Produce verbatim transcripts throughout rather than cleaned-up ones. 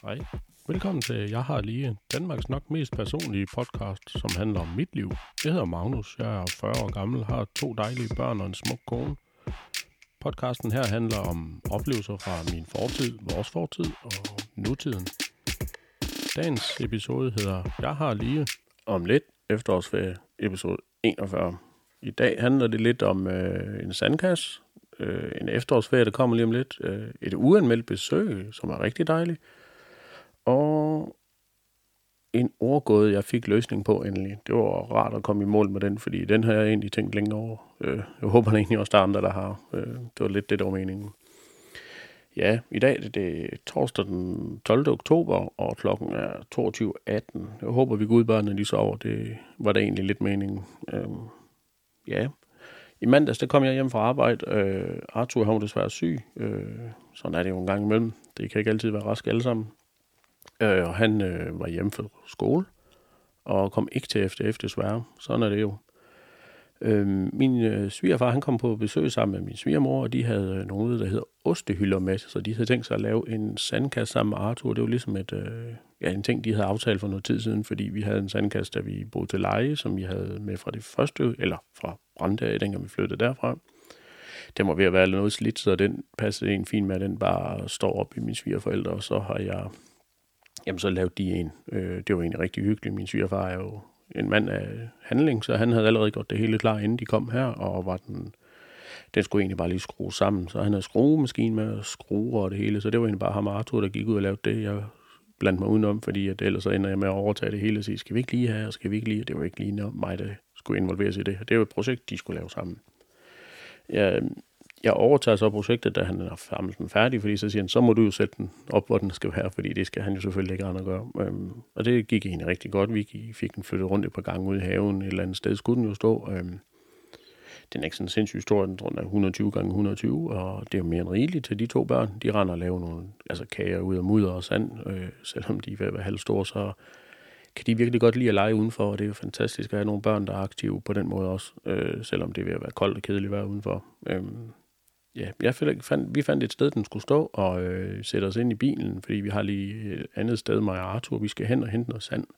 Hej. Velkommen til Jeg har lige Danmarks nok mest personlige podcast, som handler om mit liv. Jeg hedder Magnus, jeg er fyrre år gammel, har to dejlige børn og en smuk kone. Podcasten her handler om oplevelser fra min fortid, vores fortid og nutiden. Dagens episode hedder Jeg har lige om lidt efterårsferie, episode enogfyrre. I dag handler det lidt om øh, en sandkasse, øh, en efterårsferie, der kommer lige om lidt, øh, et uanmeldt besøg, som er rigtig dejligt, og en ordgåde, jeg fik løsning på endelig. Det var rart at komme i mål med den, fordi den har jeg egentlig tænkt længe over. Øh, jeg håber der egentlig også, der er andre, der har. Øh, det var lidt det, der var meningen. Ja, i dag det er det torsdag den tolvte oktober, og klokken er toogtyve atten. Jeg håber, vi går ud børnene lige sover. Det var da egentlig lidt meningen. Øh, ja, i mandags, der kom jeg hjem fra arbejde. Øh, Arthur, han var desværre syg. Øh, sådan er det jo en gang imellem. Det kan ikke altid være rask alle sammen. Øh, og han øh, var hjemme fra skole, og kom ikke til efter efter desværre. Sådan er det jo. Øh, min øh, svigerfar, han kom på besøg sammen med min svigermor, og de havde øh, nogle, der hedder ostehylder med, så de havde tænkt sig at lave en sandkasse sammen med Arthur. Det var ligesom et, øh, ja, en ting, de havde aftalt for noget tid siden, fordi vi havde en sandkasse, da vi boede til leje, som vi havde med fra det første, eller fra Brande, dengang vi flyttede derfra. Den var ved at være noget slidt, så den passede en fint med, at den bare står op i mine svigerforældre, og så har jeg Jamen, så lavede de en. Øh, det var egentlig rigtig hyggeligt. Min svigerfar er jo en mand af handling, så han havde allerede gjort det hele klar, inden de kom her, og var den, den skulle egentlig bare lige skrue sammen. Så han havde skruemaskine med at skrue og det hele, så det var egentlig bare ham og Arthur, der gik ud og lavede det. Jeg blandt mig udenom, fordi at ellers så ender jeg med at overtage det hele og sige, skal vi ikke lige have, og skal vi ikke lige? Det var ikke lige mig, der skulle involveres i det. Det var et projekt, de skulle lave sammen. Jeg, Jeg overtager så projektet, da han er samlet den færdig, fordi så siger han, så må du jo sætte den op, hvor den skal være, fordi det skal han jo selvfølgelig ikke andet gøre. Øhm, og det gik egentlig rigtig godt. Vi fik den flyttet rundt et par gange ud i haven. Et eller andet sted skulle den jo stå. Øhm, den er ikke sådan sindssygt stor, den tror den er hundrede og tyve gange hundrede og tyve, og det er jo mere end rigeligt til de to børn. De render og laver nogle altså kager ud af mudder og sand, øh, selvom de er ved at være halvstore, så kan de virkelig godt lide at lege udenfor, og det er jo fantastisk at have nogle børn, der er aktive på den måde også, øh, selvom det er ved at være koldt og kedeligt at være udenfor. Øhm, Ja, jeg fandt, vi fandt et sted, den skulle stå, og øh, sætte os ind i bilen, fordi vi har lige et andet sted, mig og Arthur, vi skal hen og hente noget sand.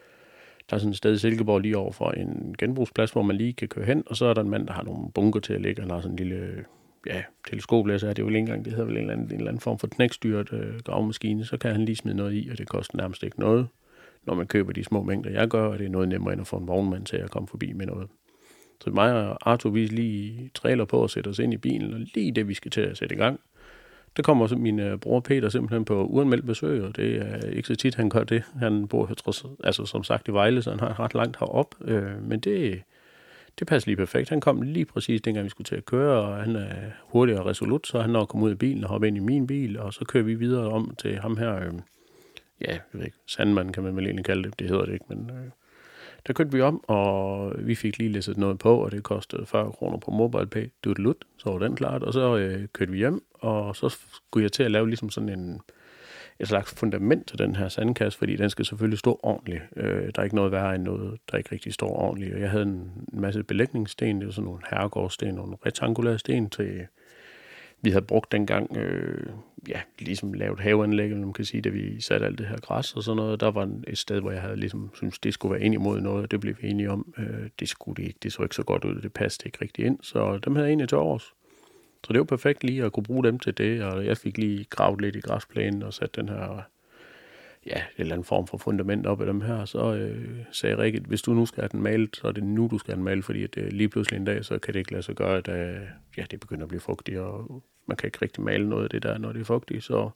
Der er sådan et sted i Silkeborg lige over for en genbrugsplads, hvor man lige kan køre hen, og så er der en mand, der har nogle bunker til at lægge. Han har sådan en lille ja, teleskoplæser, det er jo ikke engang, det hedder vel en eller anden, en eller anden form for knækstyret øh, gravemaskine, så kan han lige smide noget i, og det koster nærmest ikke noget, når man køber de små mængder, jeg gør, og det er noget nemmere end at få en vognmand til at komme forbi med noget. Så mig og Arthur, vi lige trailer på at sætte os ind i bilen, og lige det, vi skal til at sætte i gang, der kommer så min uh, bror Peter simpelthen på uanmeldt besøg, og det er ikke så tit, han gør det. Han bor trods, altså som sagt i Vejle, så han har ret langt herop, øh, men det, det passer lige perfekt. Han kom lige præcis dengang, vi skulle til at køre, og han er hurtig og resolut, så han når at komme ud af bilen og hoppe ind i min bil, og så kører vi videre om til ham her, øh, ja, jeg ved ikke, Sandmanden kan man vel egentlig kalde det, det hedder det ikke, men Øh, Der kørte vi om, og vi fik lige læsset noget på, og det kostede fyrre kroner på MobilePay. Dudelut, så var den klart. Og så øh, kørte vi hjem, og så skulle jeg til at lave ligesom sådan en, et slags fundament til den her sandkasse, fordi den skal selvfølgelig stå ordentligt. Øh, der er ikke noget værre end noget, der ikke rigtig står ordentligt. Og jeg havde en masse belægningssten, det var sådan nogle herregårdsten, nogle rektangulære sten til vi havde brugt dengang, øh, ja, ligesom lavet haveanlæg, man kan sige, da vi satte alt det her græs og sådan noget. Der var et sted, hvor jeg havde ligesom synes det skulle være ind imod noget, og det blev vi enige om. Øh, det skulle det ikke, det så ikke så godt ud, det passede ikke rigtig ind, så dem havde jeg egentlig til års. Så det var perfekt lige at kunne bruge dem til det, og jeg fik lige gravet lidt i græsplænen og sat den her, ja, en eller anden form for fundament op af dem her. Så øh, sagde Rikke, hvis du nu skal have den malet, så er det nu, du skal have den malet, fordi at, øh, lige pludselig en dag, så kan det ikke lade sig gøre, at øh, ja, det begynder at blive fugtigt, og man kan ikke rigtig male noget af det der, når det er fugtigt. Så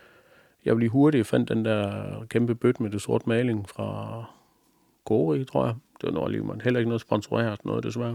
jeg var lige hurtigt fandt den der kæmpe bøtte med det sorte maling fra Gori, tror jeg. Det var noget, man heller ikke noget sponsoreret, noget desværre.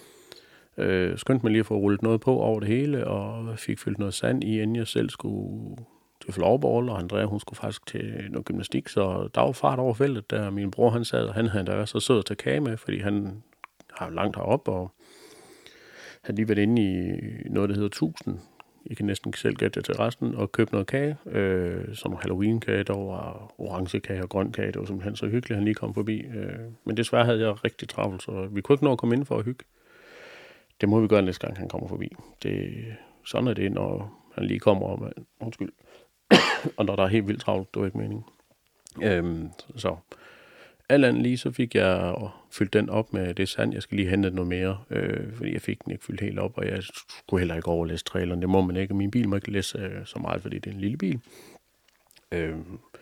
Øh, skyndte mig lige at få rullet noget på over det hele, og fik fyldt noget sand i, inden jeg selv skulle til floorball, og Andrea, hun skulle faktisk til noget gymnastik, så der var fart over feltet, der min bror, han sad, og han havde der så sød at tage kage med, fordi han har langt herop, og havde lige været inde i noget, der hedder tusind. I kan næsten selv gætte det til resten, og købe noget kage, øh, som Halloween-kage, der var orange kage og grøn kage, det var simpelthen så hyggeligt, han lige kom forbi. Øh, men desværre havde jeg rigtig travlt, så vi kunne ikke nå at komme ind for at hygge. Det må vi gøre næste gang, han kommer forbi. Det, sådan er det, når han lige kommer, og undskyld, og når der er helt vildt travlt, det var ikke meningen. Øhm, så alt andet lige, så fik jeg fyldt den op med det sand. Jeg skal lige hente noget mere, øh, fordi jeg fik den ikke fyldt helt op, og jeg skulle heller ikke overlæse traileren. Det må man ikke. Min bil må ikke læse øh, så meget, fordi det er en lille bil. Øh,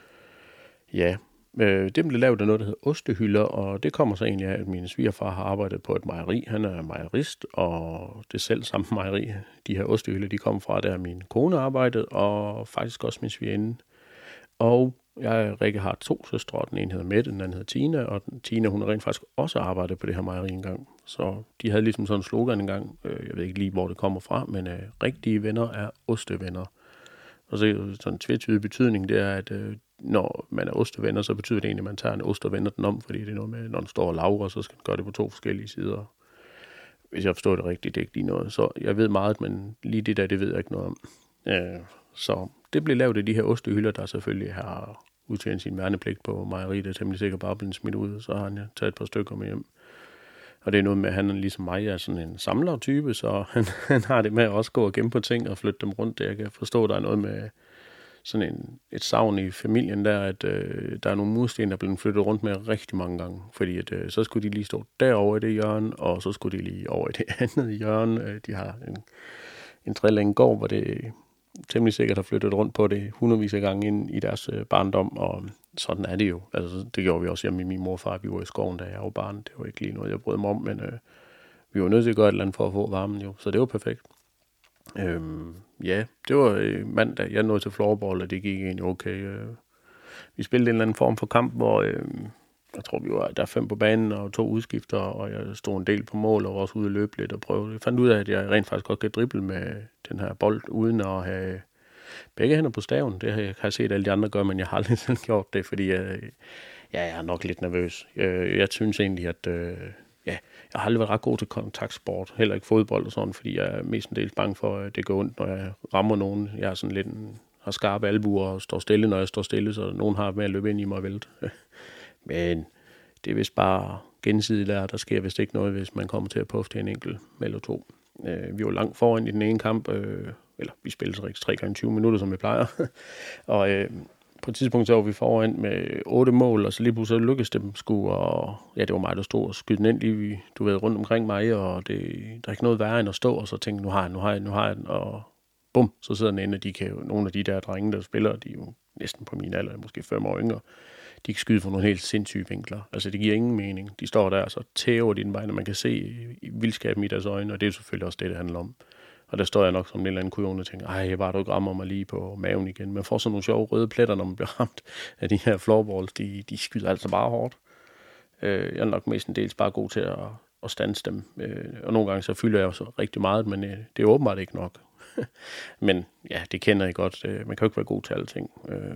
ja, øh, det blev lavet af noget, der hedder ostehylder, og det kommer så egentlig af, at min svigerfar har arbejdet på et mejeri. Han er mejerist, og det selv samme mejeri. De her ostehylder, de kommer fra, der min kone arbejdede, og faktisk også min svigerinde. Og jeg, Rikke, har to søstre, og den ene hedder Mette, den anden hedder Tina, og den, Tina, hun har rent faktisk også arbejdet på det her mejeri engang. Så de havde ligesom sådan en slogan engang, øh, jeg ved ikke lige, hvor det kommer fra, men øh, rigtige venner er ostevenner. Og så sådan en tvetydig betydning, det er, at øh, når man er ostevenner, så betyder det egentlig, at man tager en ost og vender den om, fordi det er noget med, når den står og laver, så skal den gøre det på to forskellige sider. Hvis jeg forstår det rigtigt, det er ikke lige noget. Så jeg ved meget, men lige det der, det ved jeg ikke noget om. Øh, så det blev lavet af de her ostehylder, der selvfølgelig har udtjent sin værnepligt på mejeriet, det er temmelig sikkert bare blevet smidt ud, så har han taget et par stykker med hjem. Og det er noget med, at han ligesom mig er sådan en samlertype, så han, han har det med at også gå og gemme på ting og flytte dem rundt. Jeg kan forstå, at der er noget med sådan en, et savn i familien der, at øh, der er nogle mursten, der er blevet flyttet rundt med rigtig mange gange. Fordi at, øh, så skulle de lige stå derovre i det hjørne, og så skulle de lige over i det andet hjørne. De har en, en trælæng gård, hvor det temmelig sikkert har flyttet rundt på det hundredvis af gange ind i deres øh, barndom, og sådan er det jo. Altså, det gjorde vi også hjemme med min morfar. Vi var i skoven, da jeg var barn. Det var ikke lige noget, jeg brød mig om, men øh, vi var nødt til at gøre et eller andet for at få varmen jo. Så det var perfekt. Øhm, ja, det var øh, mandag. Jeg nåede til floorball, og det gik egentlig okay. Øh, vi spillede en eller anden form for kamp, hvor øh, jeg tror, vi var der fem på banen og to udskifter, og jeg stod en del på mål og var også ude at løbe lidt og prøve. Jeg fandt ud af, at jeg rent faktisk godt kan drible med den her bold, uden at have begge hænder på staven. Det har jeg, har jeg set alle de andre gøre, men jeg har aldrig selv gjort det, fordi jeg, ja, jeg er nok lidt nervøs. Jeg, jeg synes egentlig, at øh, ja, jeg har aldrig været ret god til kontaktsport, heller ikke fodbold og sådan, fordi jeg er mestendels bange for, at det går ondt, når jeg rammer nogen. Jeg er sådan lidt en, har skarpe albuer og står stille, når jeg står stille, så nogen har med at løbe ind i mig og vælte. Men det er vist bare gensidigt der, der sker vist ikke noget, hvis man kommer til at puffe til en enkelt eller to. Øh, vi var langt foran i den ene kamp, øh, eller vi spillede så rigtig tre gange tyve minutter, som vi plejer. og øh, på et tidspunkt så var vi foran med otte mål, og så lige pludselig lykkedes det dem sgu, og ja, det var mig, der stod og skydde den ind lige, du ved, rundt omkring mig, og det, der er ikke noget værre end at stå, og så tænke, nu har jeg, nu har jeg, nu har jeg den, og bum, så sidder den inde, og de kan jo, nogle af de der drenge, der spiller, de er jo næsten på min alder, måske fem år yngre, de kan skyde for nogle helt sindssyge vinkler. Altså, det giver ingen mening. De står der, og så tæver de den vej, når man kan se vildskaben i deres øjne, og det er selvfølgelig også det, det handler om. Og der står jeg nok som en eller anden kujon og tænker, ej, var du ikke rammer mig lige på maven igen. Man får sådan nogle sjove røde pletter, når man bliver ramt af de her floorballs. De, de skyder altså bare hårdt. Jeg er nok mestendels bare god til at, at standse dem. Og nogle gange så fylder jeg jo så rigtig meget, men det er åbenbart ikke nok. Men ja, det kender jeg godt. Man kan jo ikke være god til alting.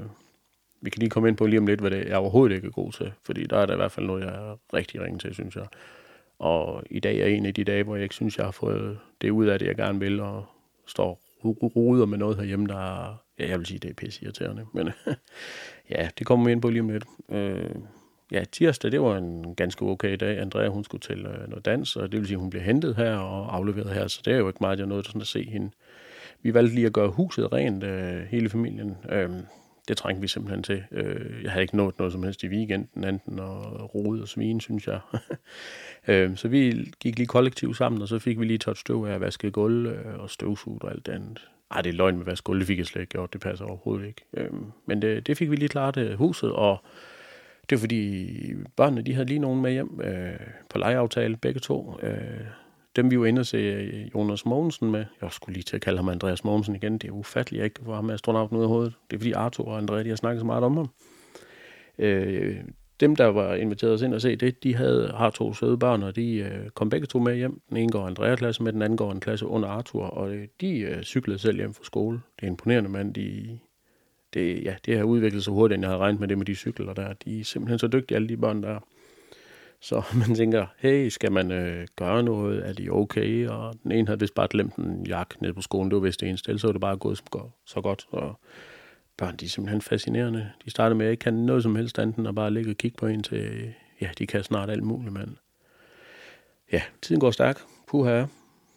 Vi kan lige komme ind på lige om lidt, hvad det er, jeg overhovedet ikke er god til. Fordi der er der i hvert fald noget, jeg er rigtig ringe til, synes jeg. Og i dag er en af de dage, hvor jeg ikke synes, jeg har fået det ud af det, jeg gerne vil, og står ruder med noget herhjemme, der er, ja, jeg vil sige, det er pisse irriterende. Men ja, det kommer vi ind på lige om lidt. Øh, ja, tirsdag, det var en ganske okay dag. Andrea, hun skulle til øh, noget dans, og det vil sige, hun blev hentet her og afleveret her, så det er jo ikke meget, jeg nåede sådan at se hende. Vi valgte lige at gøre huset rent, øh, hele familien. Øh, Det trængte vi simpelthen til. Jeg havde ikke nået noget som helst i weekenden, enten og rode og svine, synes jeg. Så vi gik lige kollektivt sammen, og så fik vi lige tørt støv af at vaske gulv og støvsuge og alt det andet. Ej, det er løgn med vaske gulv, det fik jeg slet ikke gjort, det passer overhovedet ikke. Men det, det fik vi lige klaret huset, og det er fordi børnene, de havde lige nogen med hjem på lejeaftale, begge to. Dem vi var inde og se Jonas Mogensen med. Jeg skulle lige til at kalde ham Andreas Mogensen igen. Det er ufatteligt, jeg ikke kan få ham astronauten ud af hovedet. Det er fordi Arthur og Andrea, de har snakket så meget om ham. Øh, dem, der var inviteret os ind og se det, de havde, har to søde børn, og de øh, kom begge to med hjem. Den ene går Andrea-klasse med, den anden går en klasse under Arthur, og øh, de øh, cyklede selv hjem fra skole. Det er imponerende, mand. De, det, ja, det har udviklet sig hurtigt, end jeg havde regnet med det med de cykler der. De er simpelthen så dygtige, alle de børn der. Så man tænker, hey, skal man øh, gøre noget? Er de okay? Og den ene havde vist bare glemt en jakke nede på skolen. Det var vist det eneste, så var det bare gået som går, så godt. Og børn, de er simpelthen fascinerende. De starter med at ikke kan noget som helst andet, og bare ligge og kigge på en til, ja, de kan snart alt muligt, mand. Ja, tiden går stærk. Puha.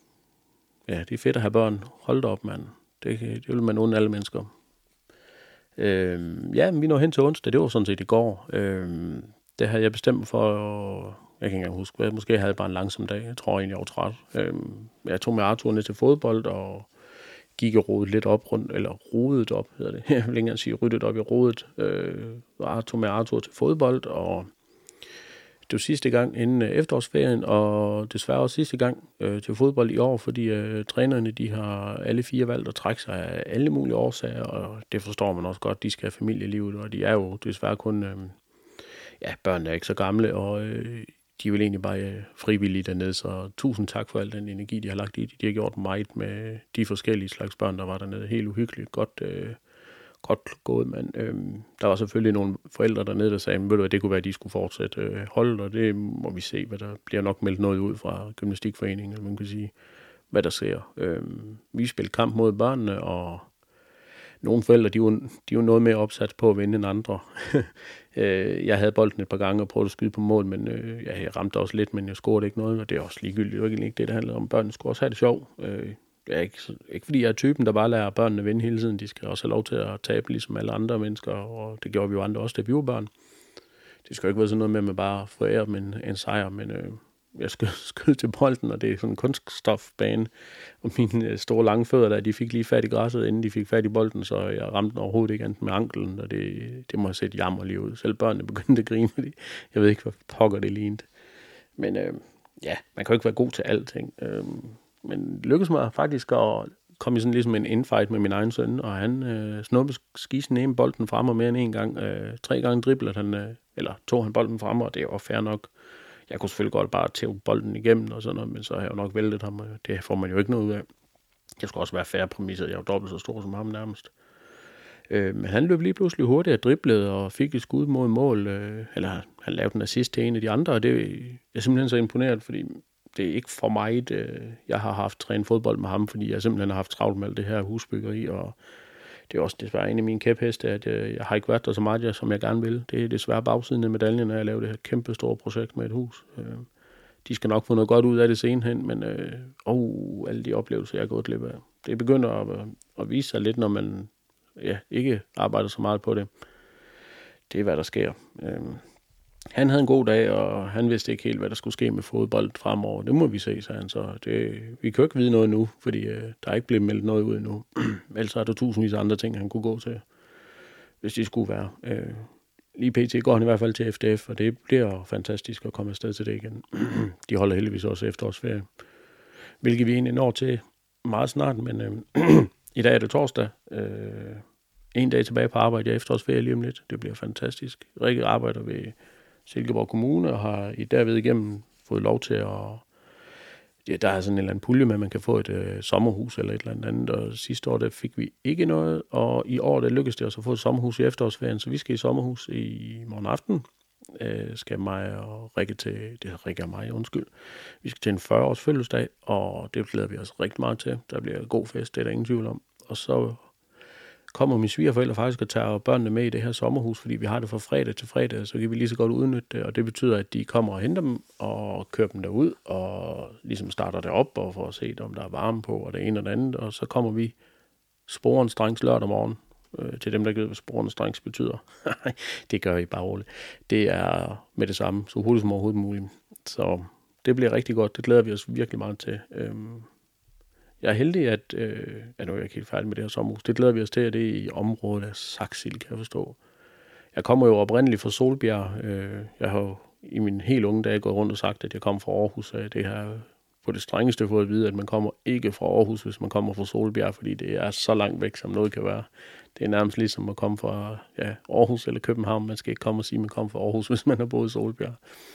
Ja, det er fedt at have børn. Hold da op, mand. Det, det vil man undre alle mennesker. Øh, ja, men vi når hen til onsdag. Det var sådan set i går. Øh, det havde jeg bestemt for... Jeg kan ikke engang huske, måske havde jeg bare en langsom dag. Jeg tror egentlig, jeg var træt. Øh, jeg tog med Arthur ned til fodbold og gik og rodede lidt op rundt, eller rodet op, hedder det. Jeg vil ikke engang sige ryddet op i rodet. Øh, og tog med Arthur til fodbold, og det var sidste gang inden efterårsferien, og desværre også sidste gang øh, til fodbold i år, fordi øh, trænerne, de har alle fire valgt at trække sig af alle mulige årsager, og det forstår man også godt, de skal have familielivet, og de er jo desværre kun, øh, ja, børnene er ikke så gamle, og øh, de er vel egentlig bare øh, frivillige dernede, så tusind tak for al den energi, de har lagt i det. De har gjort meget med de forskellige slags børn, der var dernede. Helt uhyggeligt, godt, øh, godt gået, men øh, der var selvfølgelig nogle forældre dernede, der sagde, ved du hvad, det kunne være, at de skulle fortsætte øh, holdet, og det må vi se, hvad der bliver nok meldt noget ud fra gymnastikforeningen, eller man kan sige, hvad der sker. Øh, vi spillede kamp mod børnene, og nogle forældre, de var, de var noget mere opsat på at vinde end andre. Jeg havde bolden et par gange og prøvede at skyde på mål, men øh, ja, jeg ramte også lidt, men jeg scorede ikke noget, og det er også ligegyldigt. Det er ikke det, det handler om. Børnene skulle også have det sjovt. Øh, det er ikke, ikke fordi jeg er typen, der bare lader børnene vinde hele tiden. De skal også have lov til at tabe, ligesom alle andre mennesker, og det gjorde vi jo andre også, da vi var børn. Det skal jo ikke være sådan noget med, at man bare forærer dem en, en sejr, men øh, jeg skød, skød til bolden, og det er sådan en kunststofbane, og mine store lange fødder der, de fik lige fat i græsset, inden de fik fat i bolden, så jeg ramte den overhovedet ikke andet med anklen, og det, det må have set jammerligt ud. Selv børnene begyndte at grine, fordi jeg ved ikke, hvad pokker det lignede. Men øh, ja, man kan jo ikke være god til alting. Øh, men det lykkedes mig faktisk at komme i sådan ligesom en infight med min egen søn, og han øh, snuppede skisen ene bolden frem og mere end en gang. Øh, tre gange driblede han, øh, eller tog han bolden frem, og det var fair nok. Jeg kunne selvfølgelig godt bare tæve bolden igennem og sådan noget, men så har jeg jo nok væltet ham, og det får man jo ikke noget ud af. Jeg skulle også være fair præmisset, jeg er jo dobbelt så stor som ham nærmest. Øh, men han løb lige pludselig hurtigt og driblede og fik et skud mod mål, øh, eller han lavede en assist til en af de andre, og det jeg er simpelthen så imponeret, fordi det er ikke for mig, øh, jeg har haft trænet fodbold med ham, fordi jeg simpelthen har haft travlt med alt det her husbyggeri, og det er også desværre en af mine kæpheste, at øh, jeg har ikke været der så meget, som jeg gerne vil. Det er desværre bagsiden af medaljen, når jeg laver det her kæmpe store projekt med et hus. Øh, de skal nok få noget godt ud af det senere hen, men øh, oh, alle de oplevelser, jeg har gået glip af. Det begynder at, at vise sig lidt, når man ja, ikke arbejder så meget på det. Det er, hvad der sker. Øh, han havde en god dag, og han vidste ikke helt, hvad der skulle ske med fodbold fremover. Det må vi se, sagde han så. Det, vi kan jo ikke vide noget nu, fordi øh, der er ikke blevet meldt noget ud endnu. Ellers er der tusindvis af andre ting, han kunne gå til, hvis de skulle være. Øh, lige pt. Går han i hvert fald til F D F, og det bliver fantastisk at komme afsted til det igen. De holder heldigvis også efterårsferie, hvilket vi egentlig når til meget snart, men øh, i dag er det torsdag. Øh, en dag tilbage på arbejde, jeg efterårsferie lige om lidt. Det bliver fantastisk. Rikke arbejder ved Silkeborg Kommune og har i derved igennem fået lov til at... Ja, der er sådan en eller anden pulje med, at man kan få et øh, sommerhus eller et eller andet, og sidste år der fik vi ikke noget, og i år der lykkedes det os at få et sommerhus i efterårsferien, så vi skal i sommerhus i morgen aften. Øh, skal mig og Rikke til... Det er Rikke og mig, undskyld. Vi skal til en fyrre års fødselsdag, og det glæder vi os rigtig meget til. Der bliver god fest, det er der ingen tvivl om. Og så kommer mine svigerforældre faktisk og tager børnene med i det her sommerhus, fordi vi har det fra fredag til fredag, så kan vi lige så godt udnytte det, og det betyder, at de kommer og henter dem og kører dem derud, og ligesom starter det op, og får at se, om der er varme på, og det ene og det andet, og så kommer vi sporens drengs lørdag morgen, øh, til dem, der ikke ved, hvad sporens drengs betyder. Det gør I bare roligt. Det er med det samme, så hurtigt som overhovedet muligt. Så det bliver rigtig godt, det glæder vi os virkelig meget til. Øhm, Jeg er heldig, at øh, ja, nu er jeg ikke helt færdig med det her sommerhus. Det glæder vi os til, at det er i området af Saxil, kan jeg forstå. Jeg kommer jo oprindeligt fra Solbjerg. Øh, jeg har jo i min helt unge dage gået rundt og sagt, at jeg kommer fra Aarhus. Det har på det strengeste fået at vide, at man kommer ikke fra Aarhus, hvis man kommer fra Solbjerg, fordi det er så langt væk, som noget kan være. Det er nærmest ligesom at komme fra ja, Aarhus eller København. Man skal ikke komme og sige, at man kommer fra Aarhus, hvis man har boet i Solbjerg.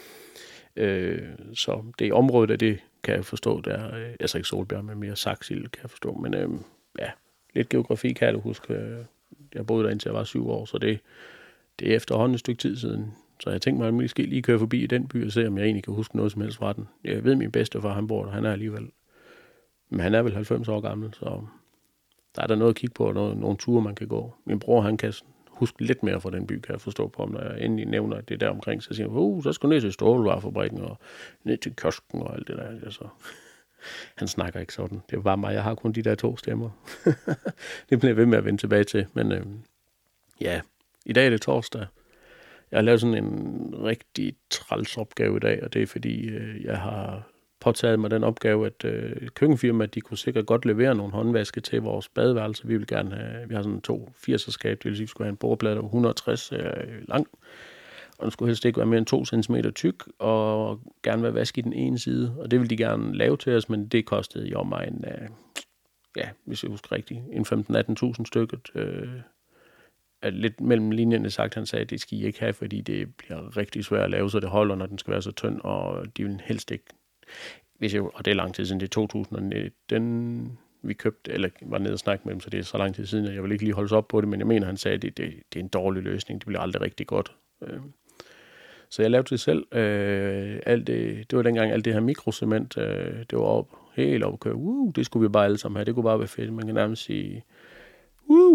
Øh, så det er området af det, kan jeg forstå, der øh, altså ikke Solbjerg, men mere Saxil, kan jeg forstå. Men øh, ja, lidt geografi kan jeg huske. Øh, jeg boede der indtil jeg var syv år, så det, det er efterhånden et stykke tid siden. Så jeg tænkte mig, at jeg måske lige køre forbi i den by og se, om jeg egentlig kan huske noget som helst fra den. Jeg ved, min bedstefar, han bor der, han er alligevel. Men han er vel halvfems år gammel, så der er der noget at kigge på, og noget, nogle ture, man kan gå. Min bror, han kan huske lidt mere fra den by, kan jeg forstå på, når jeg endelig nævner, at det er der omkring, så siger han, uh, så skal du ned til stålvarefabrikken og ned til kiosken og alt det der. Altså, han snakker ikke sådan. Det er bare mig, jeg har kun de der to stemmer. Det bliver jeg ved med at vende tilbage til, men øh, Ja, i dag er det torsdag. Jeg har lavet sådan en rigtig træls opgave i dag, og det er fordi, øh, jeg har påtaget mig den opgave, at øh, køkkenfirmaet, de kunne sikkert godt levere nogle håndvaske til vores badeværelse. Vi vil gerne have, vi har sådan to firs-skab, det vil sige, vi skulle have en bordplade, der var et hundrede og tres øh, lang, og den skulle helst ikke være mere end to centimeter tyk, og gerne være vask i den ene side, og det ville de gerne lave til os, men det kostede i omegn af, ja, hvis jeg husker rigtigt, en femten til atten tusind stykket. Øh, at lidt mellem linjerne sagt, han sagde, at det skal I ikke have, fordi det bliver rigtig svært at lave, så det holder, når den skal være så tynd, og de vil helst ikke, hvis jeg, og det er lang tid siden, det er to tusind og nitten, vi købte, eller var nede og snakke med dem, så det er så lang tid siden, at jeg vil ikke lige holde sig op på det, men jeg mener, han sagde, at det, det, det er en dårlig løsning, det bliver aldrig rigtig godt. Så jeg lavede det selv. Alt det, det var dengang alt det her mikrocement, det var op, helt op at køre. Uh, det skulle vi bare alle sammen have, det kunne bare være fedt. Man kan nærmest sige, uh,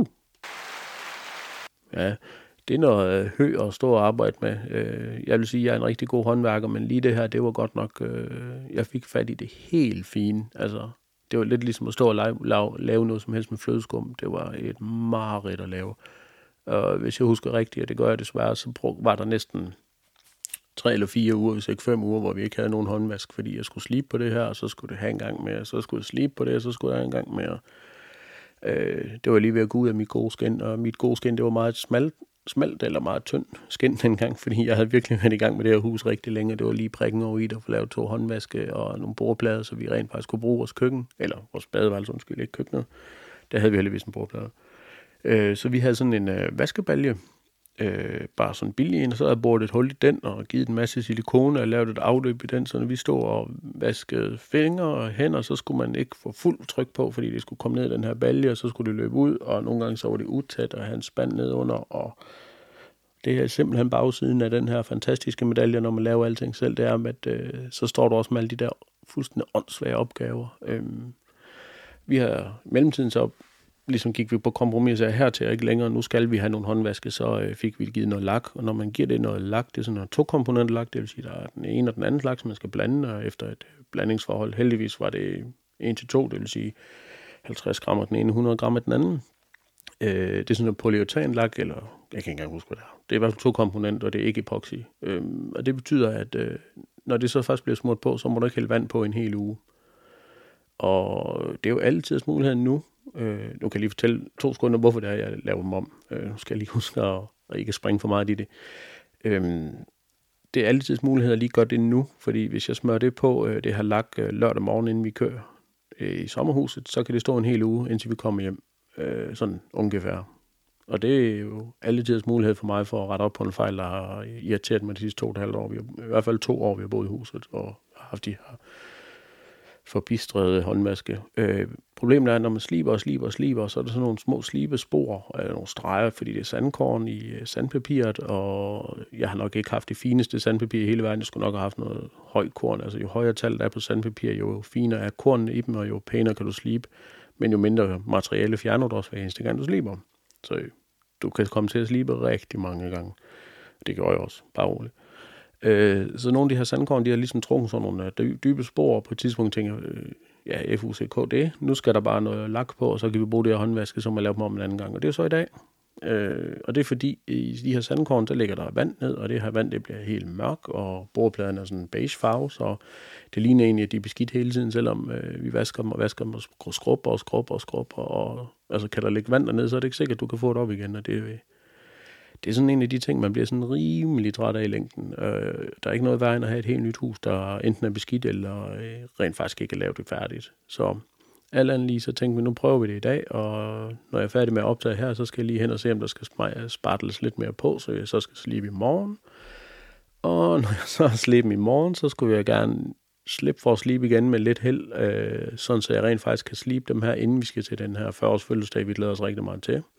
ja, det er noget hø og stå og arbejde med. Jeg vil sige, at jeg er en rigtig god håndværker, men lige det her, det var godt nok, jeg fik fat i det helt fine. Altså, det var lidt ligesom at stå og lave, lave, lave noget som helst med flødeskum. Det var et mareridt at lave. Og hvis jeg husker rigtigt, og det gør jeg desværre, så var der næsten tre eller fire uger, hvis ikke fem uger, hvor vi ikke havde nogen håndvask, fordi jeg skulle slibe på det her, og så skulle det have en gang mere, så skulle jeg slibe på det, og så skulle jeg have en gang mere. Øh, det var lige ved at gå ud af mit gode skin, og mit gode skin, det var meget smalt, smalt eller meget tynd skin dengang, fordi jeg havde virkelig været i gang med det her hus rigtig længe. Det var lige prikken over i det, at få lavet to håndvaske og nogle bordplader, så vi rent faktisk kunne bruge vores køkken, eller vores badeværelse, undskyld, ikke køkkenet. Der havde vi heldigvis en bordplade. Øh, så vi havde sådan en øh, vaskebalje, øh, bare sådan billig en, og så havde jeg boret et hul i den, og givet en masse silikone, og lavet et afløb i den, så når vi stod og vaskede fingre og hænder, så skulle man ikke få fuld tryk på, fordi det skulle komme ned i den her balje, og så skulle det løbe ud, og nogle gange så var det utæt, og have en spand ned under, og det er simpelthen bagsiden af den her fantastiske medalje, når man laver alting selv, det er, at øh, så står du også med alle de der fuldstændig åndssvage opgaver. Øh, vi har i mellemtiden så ligesom gik vi på kompromis af her til ikke længere, nu skal vi have nogle håndvaske, så øh, fik vi givet noget lak, og når man giver det noget lak, det er sådan noget to-komponenter lak, det vil sige, der er den ene og den anden lak, som man skal blande, og efter et blandingsforhold, heldigvis var det en til to, det vil sige halvtreds gram af den ene, hundrede gram af den anden. Øh, det er sådan noget polyuretanlak, eller jeg kan ikke engang huske, hvad det er. Det er i hvert fald to komponenter, og det er ikke epoxy. Øh, og det betyder, at øh, når det så først bliver smurt på, så må du ikke hælde vand på en hel uge. Og det er jo altid muligheden nu. Øh, nu kan jeg lige fortælle to sekunder, hvorfor det er, jeg laver dem om. Øh, nu skal jeg lige huske at, at ikke springe for meget i det. Øh, det er altid mulighed at lige gøre det nu, fordi hvis jeg smører det på, øh, det har lagt øh, lørdag morgen, inden vi kører øh, i sommerhuset, så kan det stå en hel uge, indtil vi kommer hjem. Øh, sådan ungefær. Og det er jo altid mulighed for mig for at rette op på en fejl, der har irriteret mig de sidste to og et halvt år. Vi har, i hvert fald to år, vi har boet i huset, og har haft de her forbistrede håndvaske. Øh, problemet er, når man sliber og sliber og sliber, så er der sådan nogle små slibespor, eller nogle streger, fordi det er sandkorn i sandpapiret, og jeg har nok ikke haft det fineste sandpapir i hele verden. Jeg skulle nok have haft noget højt korn. Altså jo højere tal der er på sandpapir, jo finere er kornene i dem, og jo pænere kan du slibe, men jo mindre materiale fjerner du også hver eneste gang, du sliber. Så du kan komme til at slibe rigtig mange gange. Det gør jeg også, bare roligt. Øh, så nogle af de her sandkorn, de har ligesom trukket sådan nogle dybe spor, og på et tidspunkt tænker øh, ja, F U C K D, nu skal der bare noget lak på, og så kan vi bruge det her håndvaske, som man laver dem om en anden gang. Og det er så i dag. Øh, og det er fordi, i de her sandkorn, der ligger der vand ned, og det her vand, det bliver helt mørk, og bordpladen er sådan en beige farve, så det ligner egentlig, at de er beskidt hele tiden, selvom øh, vi vasker dem og vasker dem og skrubber og skrubber og skrubber, og altså kan der ligge vand dernede, så er det ikke sikkert, at du kan få det op igen, og det er Det er sådan en af de ting, man bliver sådan rimelig træt af i længden. Øh, der er ikke noget vejen at have et helt nyt hus, der enten er beskidt, eller øh, rent faktisk ikke er lavet det færdigt. Så alt andet lige, så tænkte vi, nu prøver vi det i dag, og når jeg er færdig med at optage her, så skal jeg lige hen og se, om der skal spartles lidt mere på, så jeg så skal slibe i morgen. Og når jeg så har slibet i morgen, så skulle jeg gerne slippe for at slibe igen med lidt held, øh, sådan så jeg rent faktisk kan slibe dem her, inden vi skal til den her fyrre års fødselsdag, vi glæder os rigtig meget til.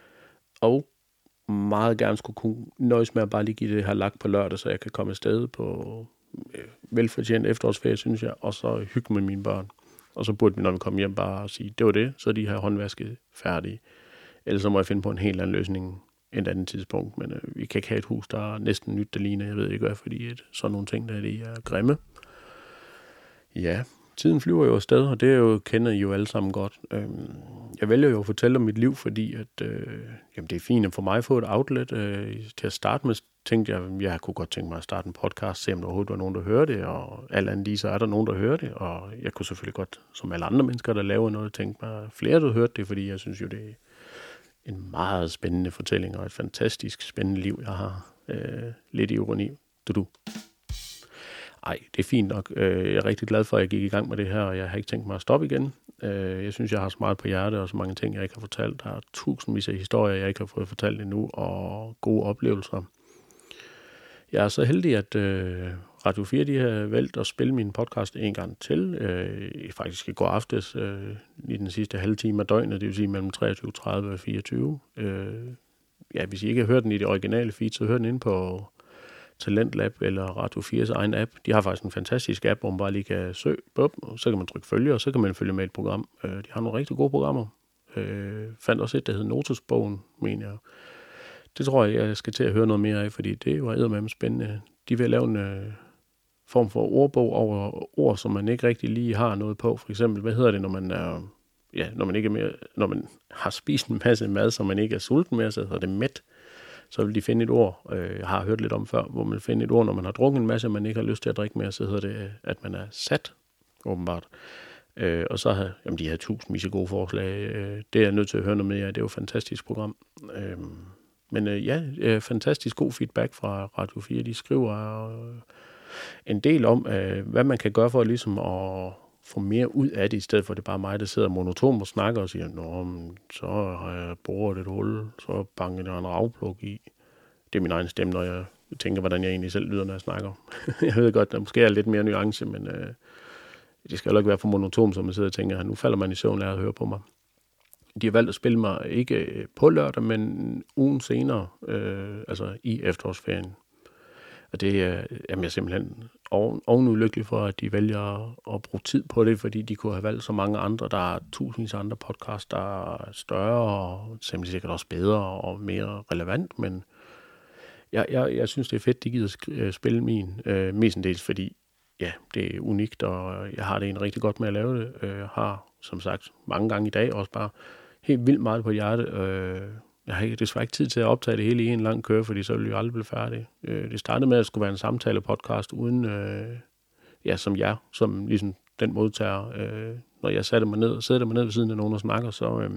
Og meget gerne skulle kunne nøjes med at bare lige give det her lak på lørdag, så jeg kan komme afsted på øh, velfortjent efterårsferie, synes jeg, og så hygge med mine børn. Og så burde vi, når vi kommer hjem, bare sige, det var det, så er de her håndvaske færdige. Ellers så må jeg finde på en helt anden løsning et andet tidspunkt, men øh, vi kan ikke have et hus, der er næsten nyt, der ligner, jeg ved ikke hvad, fordi et, sådan nogle ting, der er, de er grimme. Ja, tiden flyver jo afsted, og det er jo, kender I jo alle sammen godt. Øhm, jeg vælger jo at fortælle om mit liv, fordi at, øh, jamen det er fint at for mig at få et outlet. Øh, til at starte med tænkte jeg, at jeg kunne godt tænke mig at starte en podcast, se om der overhovedet var nogen, der hører det, og alt andet lige, så er der nogen, der hører det, og jeg kunne selvfølgelig godt, som alle andre mennesker, der laver noget, tænke mig flere, der hørte det, fordi jeg synes jo, det er en meget spændende fortælling, og et fantastisk spændende liv, jeg har. Øh, lidt ironi. Du du. Ej, det er fint nok. Jeg er rigtig glad for, at jeg gik i gang med det her, og jeg har ikke tænkt mig at stoppe igen. Jeg synes, jeg har så meget på hjerte, og så mange ting, jeg ikke har fortalt. Der er tusindvis af historier, jeg ikke har fået fortalt endnu, og gode oplevelser. Jeg er så heldig, at Radio fire de har valgt at spille min podcast en gang til. Faktisk i går aftes, i den sidste halve time af døgnet, det vil sige mellem treogtyve tredive og fireogtyve. Ja, hvis I ikke har hørt den i det originale feed, så hør den ind på Talentlab eller Radio fires egen app. De har faktisk en fantastisk app, hvor man bare lige kan søge, bup, og så kan man trykke følge, og så kan man følge med et program. De har nogle rigtig gode programmer. Jeg fandt også et, der hedder Notusbogen, mener jeg. Det tror jeg, jeg skal til at høre noget mere af, fordi det var eddermame spændende. De vil lave en form for ordbog over ord, som man ikke rigtig lige har noget på. For eksempel, hvad hedder det, når man er, ja, når man ikke er mere, når man har spist en masse mad, som man ikke er sulten mere, så hedder det mæt. Så vil de finde et ord, øh, jeg har hørt lidt om før, hvor man finder et ord, når man har drukket en masse, og man ikke har lyst til at drikke mere, så hedder det, at man er sat, åbenbart. Øh, og så har jamen, de her tusindvis af gode forslag. Øh, det er jeg nødt til at høre noget mere af. Det er jo et fantastisk program. Øh, men øh, ja, øh, fantastisk god feedback fra Radio fire. De skriver øh, en del om, øh, hvad man kan gøre for ligesom at få mere ud af det, i stedet for det er bare mig, der sidder monotont og snakker og siger, nå, så har jeg boret et hul, så banker der en ravplug i. Det er min egen stemme, når jeg tænker, hvordan jeg egentlig selv lyder, når jeg snakker. Jeg ved godt, der måske er lidt mere nuance, men øh, det skal heller ikke være for monotont, som man sidder og tænker, nu falder man i søvn af at høre på mig. De har valgt at spille mig ikke på lørdag, men ugen senere, øh, altså i efterårsferien. Og det er jamen, jeg er simpelthen oven lykkelig for, at de vælger at bruge tid på det, fordi de kunne have valgt så mange andre. Der er tusindvis af andre podcasts, der er større og simpelthen sikkert også bedre og mere relevant, men jeg, jeg, jeg synes, det er fedt, de gider spille min, øh, mestendels, fordi ja, det er unikt, og jeg har det en rigtig godt med at lave det. Jeg har, som sagt, mange gange i dag også bare helt vildt meget på hjertet. Jeg har desværre ikke tid til at optage det hele i en lang køre, fordi så ville jeg aldrig blive færdig. Det startede med, at det skulle være en samtale-podcast uden, øh, ja, som jer, som ligesom den modtager. Øh, når jeg satte mig ned og sætter mig ned ved siden af nogen, der snakker, så, øh,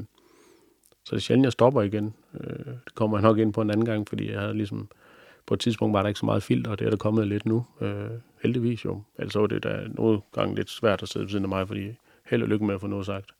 så er det sjældent, jeg stopper igen. Øh, det kommer jeg nok ind på en anden gang, fordi jeg havde ligesom, på et tidspunkt var der ikke så meget filter, og det er der kommet lidt nu. Øh, heldigvis jo. Ellers var det da nogle gange lidt svært at sidde ved siden af mig, fordi held og lykke med at få noget sagt.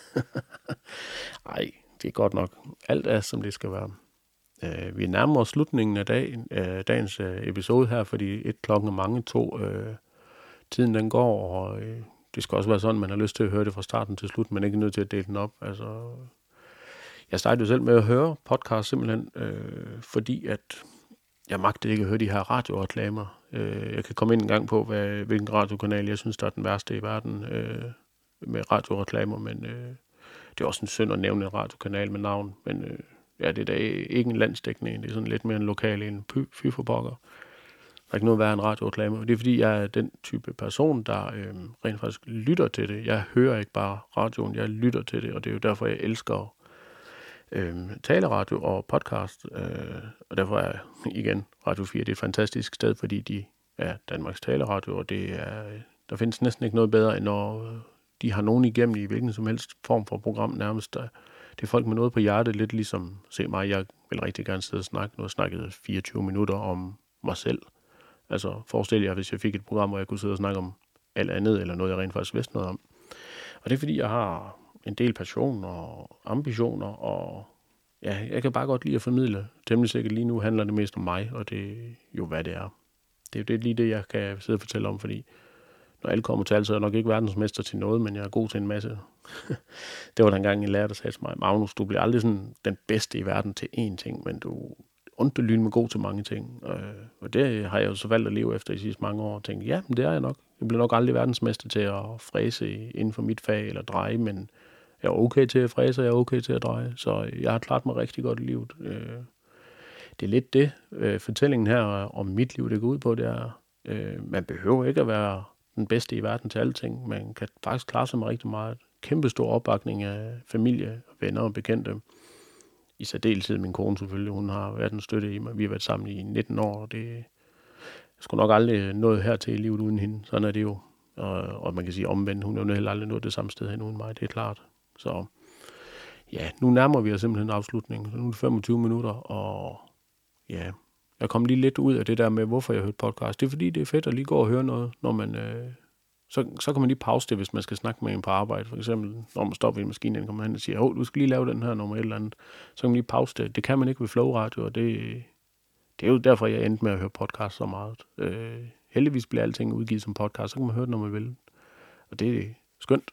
Ej, det er godt nok. Alt er, som det skal være. Uh, vi nærmer os slutningen af dagen, uh, dagens uh, episode her, fordi et klokken er mange, to. Uh, tiden den går, og uh, det skal også være sådan, man har lyst til at høre det fra starten til slut, men ikke nødt til at dele den op. Altså, jeg startede jo selv med at høre podcast simpelthen, uh, fordi at jeg magtede ikke at høre de her radioreklamer. Uh, jeg kan komme ind en gang på, hvad, hvilken radiokanal jeg synes, der er den værste i verden uh, med radioreklamer, men uh, det er også en synd at nævne en radiokanal med navn, men uh, ja, det er da ikke en landsdækkende en. Det er sådan lidt mere en lokal en. Fy for pokker. Der er ikke noget værre end radioreklamer. Det er fordi, jeg er den type person, der øh, rent faktisk lytter til det. Jeg hører ikke bare radioen, jeg lytter til det, og det er jo derfor, jeg elsker øh, taleradio og podcast. Øh, og derfor er igen Radio fire det er et fantastisk sted, fordi de er Danmarks taleradio, og det er, der findes næsten ikke noget bedre, end når de har nogen igennem i hvilken som helst form for program nærmest. Der, det er folk med noget på hjertet, lidt ligesom, se mig, jeg vil rigtig gerne sidde og snakke. Nu har jeg snakket fireogtyve minutter om mig selv. Altså forestil jer, hvis jeg fik et program, hvor jeg kunne sidde og snakke om alt andet, eller noget, jeg rent faktisk vidste noget om. Og det er fordi, jeg har en del passion og ambitioner, og ja, jeg kan bare godt lide at formidle. Temmelig sikkert lige nu handler det mest om mig, og det er jo, hvad det er. Det er jo det, lige det, jeg kan sidde og fortælle om, fordi når alle kommer til alt, så er jeg nok ikke verdensmester til noget, men jeg er god til en masse. Det var der engang en lærer, der sagde til mig, Magnus, du bliver aldrig sådan den bedste i verden til én ting, men du underlyn med god til mange ting. Og det har jeg jo så valgt at leve efter i sidste mange år, og tænke, ja, men det er jeg nok. Jeg bliver nok aldrig verdensmester til at fræse inden for mit fag eller dreje, men jeg er okay til at fræse, og jeg er okay til at dreje, så jeg har klart mig rigtig godt i livet. Det er lidt det, fortællingen her om mit liv, det går ud på, det er, man behøver ikke at være den bedste i verden til alting. Man kan faktisk klare sig med rigtig meget. Kæmpe stor opbakning af familie, venner og bekendte. I særdeleshed min kone selvfølgelig. Hun har været en støtte i mig. Vi har været sammen i nitten år, og det jeg skulle nok aldrig nået hertil i livet uden hende. Sådan er det jo. Og, og man kan sige omvendt. Hun er jo heller aldrig nået det samme sted hen uden mig. Det er klart. Så ja, nu nærmer vi os simpelthen afslutningen. Nu er det femogtyve minutter, og ja, jeg kom lige lidt ud af det der med, hvorfor jeg hørte podcast. Det er fordi, det er fedt at lige gå og høre noget, når man... Øh, så, så kan man lige pause det, hvis man skal snakke med en på arbejde. For eksempel, når man stopper i maskinen, og kommer hen og siger, åh, du skal lige lave den her nummer et eller andet. Så kan man lige pause det. Det kan man ikke ved Flow Radio, og det, det er jo derfor, jeg endte med at høre podcast så meget. Øh, heldigvis bliver alting udgivet som podcast, så kan man høre det, når man vil. Og det er skønt.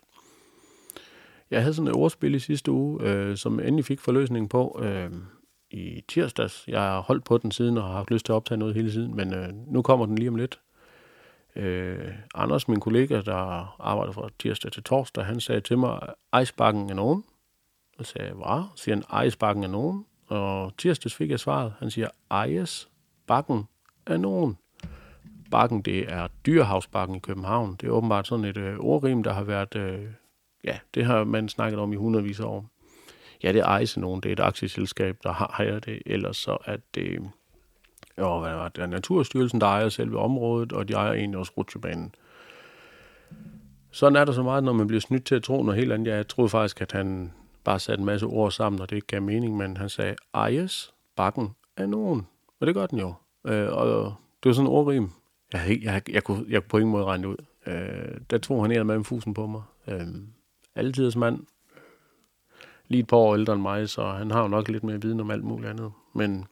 Jeg havde sådan et ordspil i sidste uge, øh, som endelig fik forløsning på øh, i tirsdags. Jeg har holdt på den siden og har haft lyst til at optage noget hele tiden, men øh, nu kommer den lige om lidt. Øh, Anders, min kollega, der arbejder fra tirsdag til torsdag, han sagde til mig, Eisbakken er nogen. Og sagde jeg, hvad? Så siger han, Eisbakken er nogen. Og tirsdags fik jeg svaret. Han siger, Eisbakken er nogen. Bakken, det er Dyrehavsbakken i København. Det er åbenbart sådan et øh, ordrim, der har været... Øh, ja, det har man snakket om i hundredvis af år. Ja, det er Eis nogen. Det er et aktieselskab, der har ejer det. Ellers så er det... Jo, hvad var det? Det er Naturstyrelsen, der ejer selve området, og de ejer egentlig også rutsjebanen. Sådan er der så meget, når man bliver snydt til at tro noget helt andet. Jeg troede faktisk, at han bare satte en masse ord sammen, og det ikke gav mening, men han sagde, Eis, bakken er nogen. Og det gør den jo. Øh, og det var sådan en ordrim. Jeg, jeg, jeg, jeg, kunne, jeg kunne på ingen måde regne ud. Øh, der tog han en med en fusen på mig. Øh, Altidens mand. Lige et par år ældre end mig, så han har jo nok lidt mere viden om alt muligt andet. Men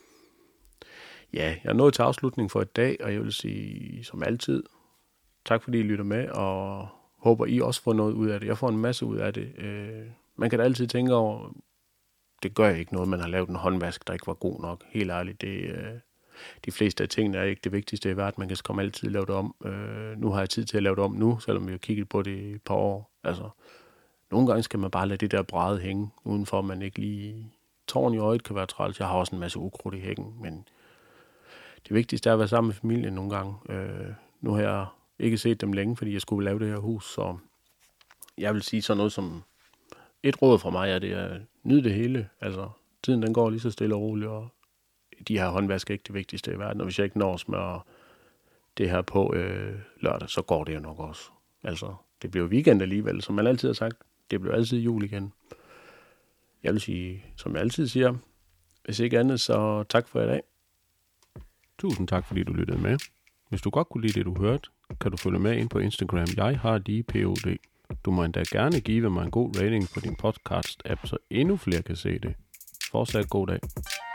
ja, jeg er nået til afslutning for i dag, og jeg vil sige, som altid, tak fordi I lytter med, og håber I også får noget ud af det. Jeg får en masse ud af det. Øh, man kan da altid tænke over, det gør ikke noget, man har lavet en håndvask, der ikke var god nok. Helt ærligt, det, øh, de fleste af tingene er ikke det vigtigste i verden. Man kan komme altid lave det om. Øh, nu har jeg tid til at lave det om nu, selvom vi har kigget på det i et par år. Altså, nogle gange skal man bare lade det der bræde hænge, udenfor man ikke lige... Tårn i øjet kan være træls. Jeg har også en masse ukrudt i hækken, men det vigtigste er at være sammen med familien nogle gange. Øh, nu har jeg ikke set dem længe, fordi jeg skulle lave det her hus, så jeg vil sige sådan noget som et råd fra mig er det at nyde det hele. Altså, tiden den går lige så stille og roligt, og de her håndvask er ikke det vigtigste i verden, og hvis jeg ikke når at smøre det her på øh, lørdag, så går det jo nok også. Altså, det bliver weekend alligevel, som man altid har sagt. Det bliver altid jul igen. Jeg vil sige, som jeg altid siger, hvis ikke andet, så tak for i dag. Tusind tak, fordi du lyttede med. Hvis du godt kunne lide det, du hørte, kan du følge med ind på Instagram. Jeg har lige P O D. Du må endda gerne give mig en god rating på din podcast-app, så endnu flere kan se det. Fortsat god dag.